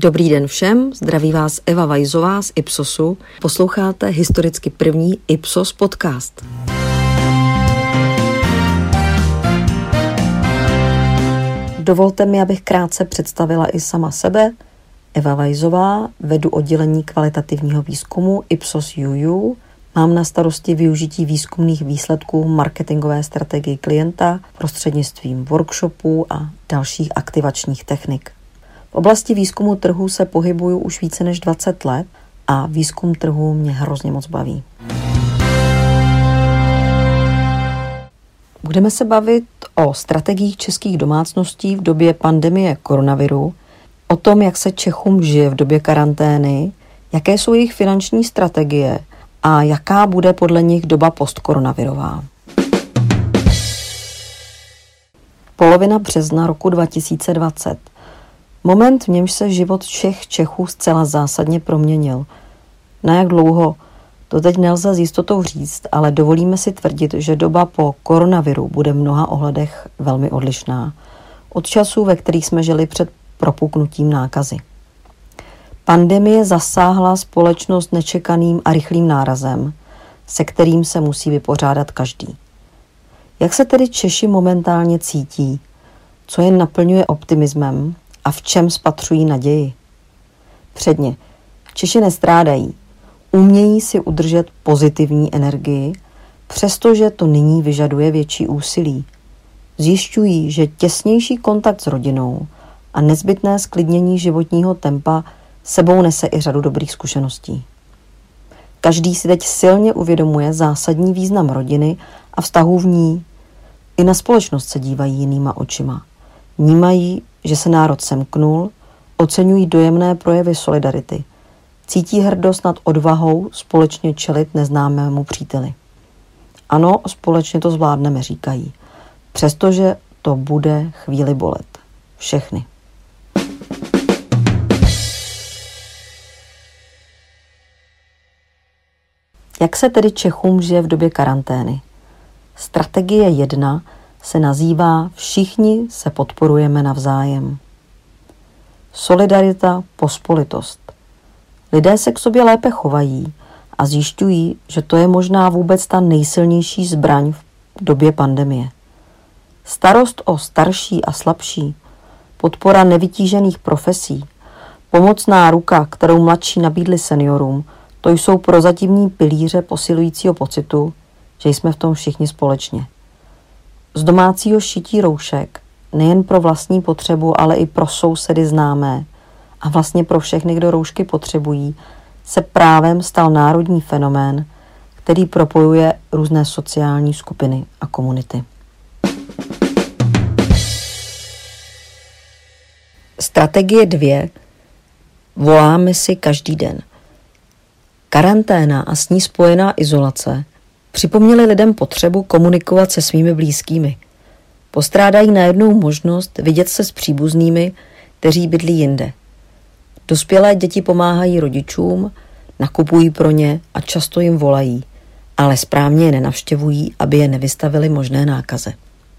Dobrý den všem, zdraví vás Eva Vajzová z Ipsosu. Posloucháte historicky první Ipsos podcast. Dovolte mi, abych krátce představila i sama sebe. Eva Vajzová, vedu oddělení kvalitativního výzkumu Ipsos UU. Mám na starosti využití výzkumných výsledků marketingové strategii klienta prostřednictvím workshopů a dalších aktivačních technik. V oblasti výzkumu trhu se pohybuju už více než 20 let a výzkum trhu mě hrozně moc baví. Budeme se bavit o strategiích českých domácností v době pandemie koronaviru, o tom, jak se Čechům žije v době karantény, jaké jsou jejich finanční strategie a jaká bude podle nich doba postkoronavirová. Polovina března roku 2020. Moment, v němž se život všech Čechů zcela zásadně proměnil. Na jak dlouho, to teď nelze s jistotou říct, ale dovolíme si tvrdit, že doba po koronaviru bude v mnoha ohledech velmi odlišná od časů, ve kterých jsme žili před propuknutím nákazy. Pandemie zasáhla společnost nečekaným a rychlým nárazem, se kterým se musí vypořádat každý. Jak se tedy Češi momentálně cítí? Co je naplňuje optimismem? A v čem spatřují naději? Předně, Češi nestrádají. Umějí si udržet pozitivní energii, přestože to nyní vyžaduje větší úsilí. Zjišťují, že těsnější kontakt s rodinou a nezbytné zklidnění životního tempa sebou nese i řadu dobrých zkušeností. Každý si teď silně uvědomuje zásadní význam rodiny a vztahů v ní. I na společnost se dívají jinýma očima. Vnímají, že se národ semknul, oceňují dojemné projevy solidarity. Cítí hrdost nad odvahou společně čelit neznámému příteli. Ano, společně to zvládneme, říkají. Přestože to bude chvíli bolet. Všechny. Jak se tedy Čechům žije v době karantény? Strategie 1 se nazývá Všichni se podporujeme navzájem. Solidarita, pospolitost. Lidé se k sobě lépe chovají a zjišťují, že to je možná vůbec ta nejsilnější zbraň v době pandemie. Starost o starší a slabší, podpora nevytížených profesí, pomocná ruka, kterou mladší nabídli seniorům, to jsou prozatímní pilíře posilujícího pocitu, že jsme v tom všichni společně. Z domácího šití roušek, nejen pro vlastní potřebu, ale i pro sousedy známé a vlastně pro všechny, kdo roušky potřebují, se právem stal národní fenomén, který propojuje různé sociální skupiny a komunity. Strategie 2. Voláme si každý den. Karanténa a s ní spojená izolace připomněli lidem potřebu komunikovat se svými blízkými. Postrádají najednou možnost vidět se s příbuznými, kteří bydlí jinde. Dospělé děti pomáhají rodičům, nakupují pro ně a často jim volají, ale správně je nenavštěvují, aby je nevystavili možné nákaze.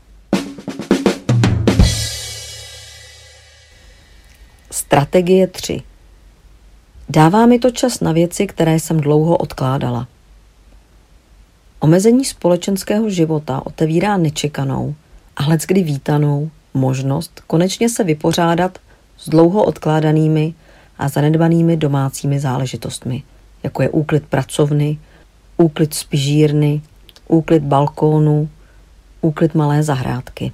Strategie 3. Dává mi to čas na věci, které jsem dlouho odkládala. Omezení společenského života otevírá nečekanou a leckdy vítanou možnost konečně se vypořádat s dlouho odkládanými a zanedbanými domácími záležitostmi, jako je úklid pracovny, úklid spižírny, úklid balkónu, úklid malé zahrádky.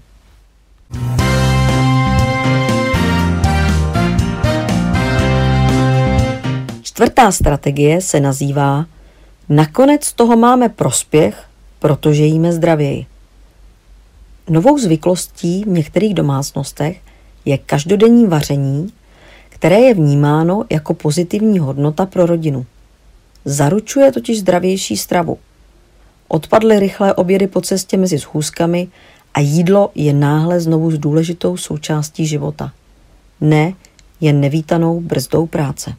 Čtvrtá strategie se nazývá Nakonec z toho máme prospěch, protože jíme zdravěji. Novou zvyklostí v některých domácnostech je každodenní vaření, které je vnímáno jako pozitivní hodnota pro rodinu. Zaručuje totiž zdravější stravu. Odpadly rychlé obědy po cestě mezi schůzkami a jídlo je náhle znovu s důležitou součástí života. Ne jen nevítanou brzdou práce.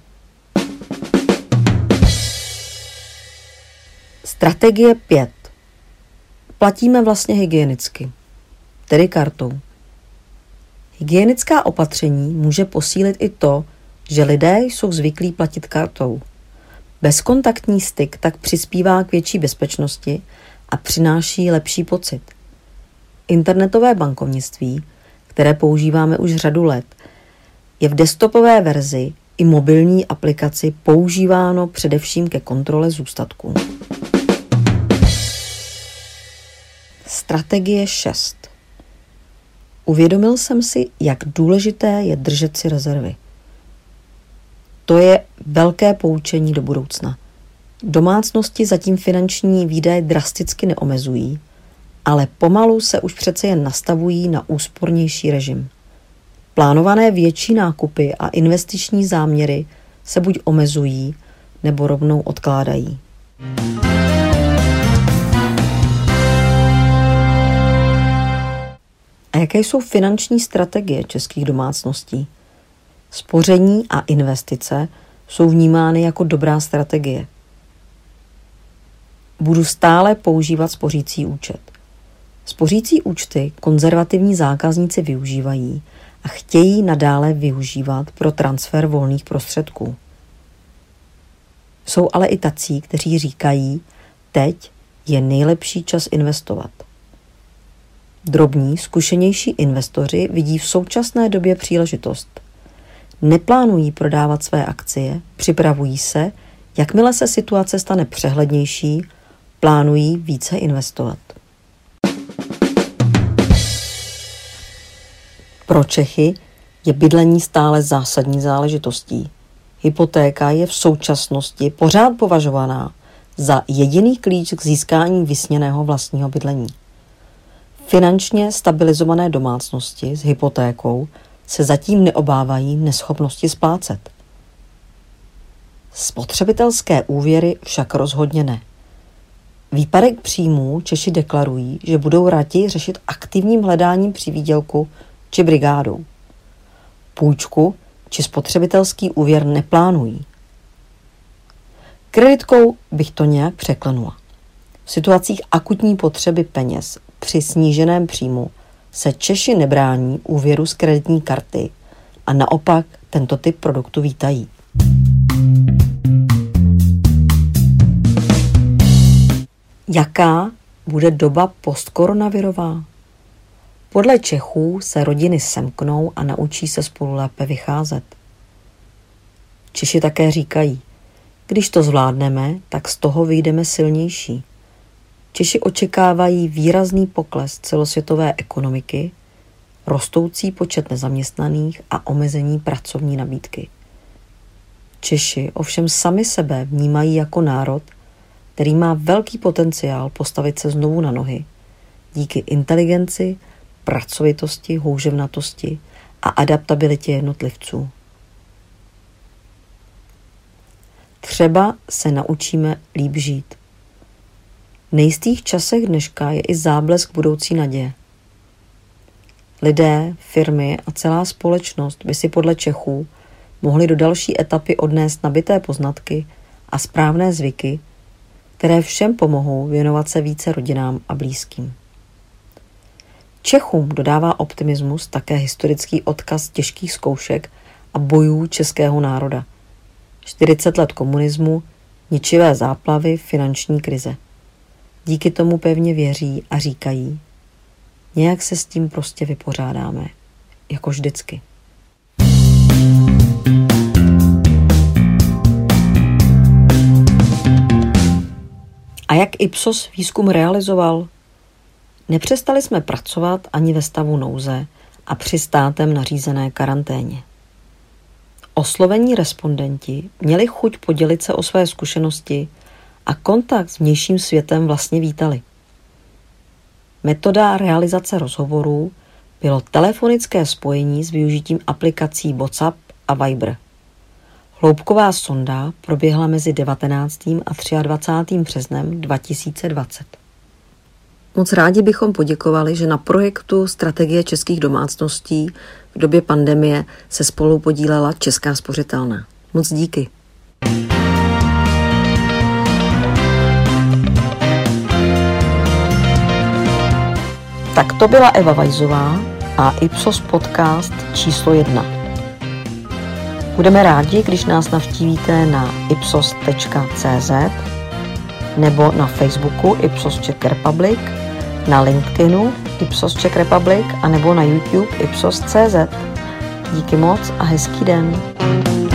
Strategie 5. Platíme vlastně hygienicky, tedy kartou. Hygienická opatření může posílit i to, že lidé jsou zvyklí platit kartou. Bezkontaktní styk tak přispívá k větší bezpečnosti a přináší lepší pocit. Internetové bankovnictví, které používáme už řadu let, je v desktopové verzi i mobilní aplikaci používáno především ke kontrole zůstatků. Strategie 6. Uvědomil jsem si, jak důležité je držet si rezervy. To je velké poučení do budoucna. Domácnosti zatím finanční výdaje drasticky neomezují, ale pomalu se už přece jen nastavují na úspornější režim. Plánované větší nákupy a investiční záměry se buď omezují, nebo rovnou odkládají. A jaké jsou finanční strategie českých domácností? Spoření a investice jsou vnímány jako dobrá strategie. Budu stále používat spořící účet. Spořící účty konzervativní zákazníci využívají a chtějí nadále využívat pro transfer volných prostředků. Jsou ale i tací, kteří říkají, teď je nejlepší čas investovat. Drobní, zkušenější investoři vidí v současné době příležitost. Neplánují prodávat své akcie, připravují se, jakmile se situace stane přehlednější, plánují více investovat. Pro Čechy je bydlení stále zásadní záležitostí. Hypotéka je v současnosti pořád považovaná za jediný klíč k získání vysněného vlastního bydlení. Finančně stabilizované domácnosti s hypotékou se zatím neobávají neschopnosti splácet. Spotřebitelské úvěry však rozhodně ne. Výpadek příjmů Češi deklarují, že budou raději řešit aktivním hledáním přivýdělku či brigádou. Půjčku či spotřebitelský úvěr neplánují. Kreditkou bych to nějak překlenula. V situacích akutní potřeby peněz při sníženém příjmu se Češi nebrání úvěru z kreditní karty a naopak tento typ produktu vítají. Jaká bude doba postkoronavirová? Podle Čechů se rodiny semknou a naučí se spolu lépe vycházet. Češi také říkají, když to zvládneme, tak z toho vyjdeme silnější. Češi očekávají výrazný pokles celosvětové ekonomiky, rostoucí počet nezaměstnaných a omezení pracovní nabídky. Češi ovšem sami sebe vnímají jako národ, který má velký potenciál postavit se znovu na nohy díky inteligenci, pracovitosti, houževnatosti a adaptabilitě jednotlivců. Třeba se naučíme líp žít. V nejistých časech dneška je i záblesk budoucí naděje. Lidé, firmy a celá společnost by si podle Čechů mohli do další etapy odnést nabité poznatky a správné zvyky, které všem pomohou věnovat se více rodinám a blízkým. Čechům dodává optimismus také historický odkaz těžkých zkoušek a bojů českého národa. 40 let komunismu, ničivé záplavy, finanční krize. Díky tomu pevně věří a říkají, nějak se s tím prostě vypořádáme, jako vždycky. A jak Ipsos výzkum realizoval? Nepřestali jsme pracovat ani ve stavu nouze a při státem nařízené karanténě. Oslovení respondenti měli chuť podělit se o své zkušenosti a kontakt s vnějším světem vlastně vítali. Metoda realizace rozhovorů bylo telefonické spojení s využitím aplikací WhatsApp a Viber. Hloubková sonda proběhla mezi 19. a 23. březnem 2020. Moc rádi bychom poděkovali, že na projektu Strategie českých domácností v době pandemie se spolu podílela Česká spořitelna. Moc díky. Tak to byla Eva Vajzová a Ipsos podcast číslo 1. Budeme rádi, když nás navštívíte na ipsos.cz nebo na Facebooku Ipsos Czech Republic, na LinkedInu Ipsos Czech Republic a nebo na YouTube Ipsos.cz. Díky moc a hezký den.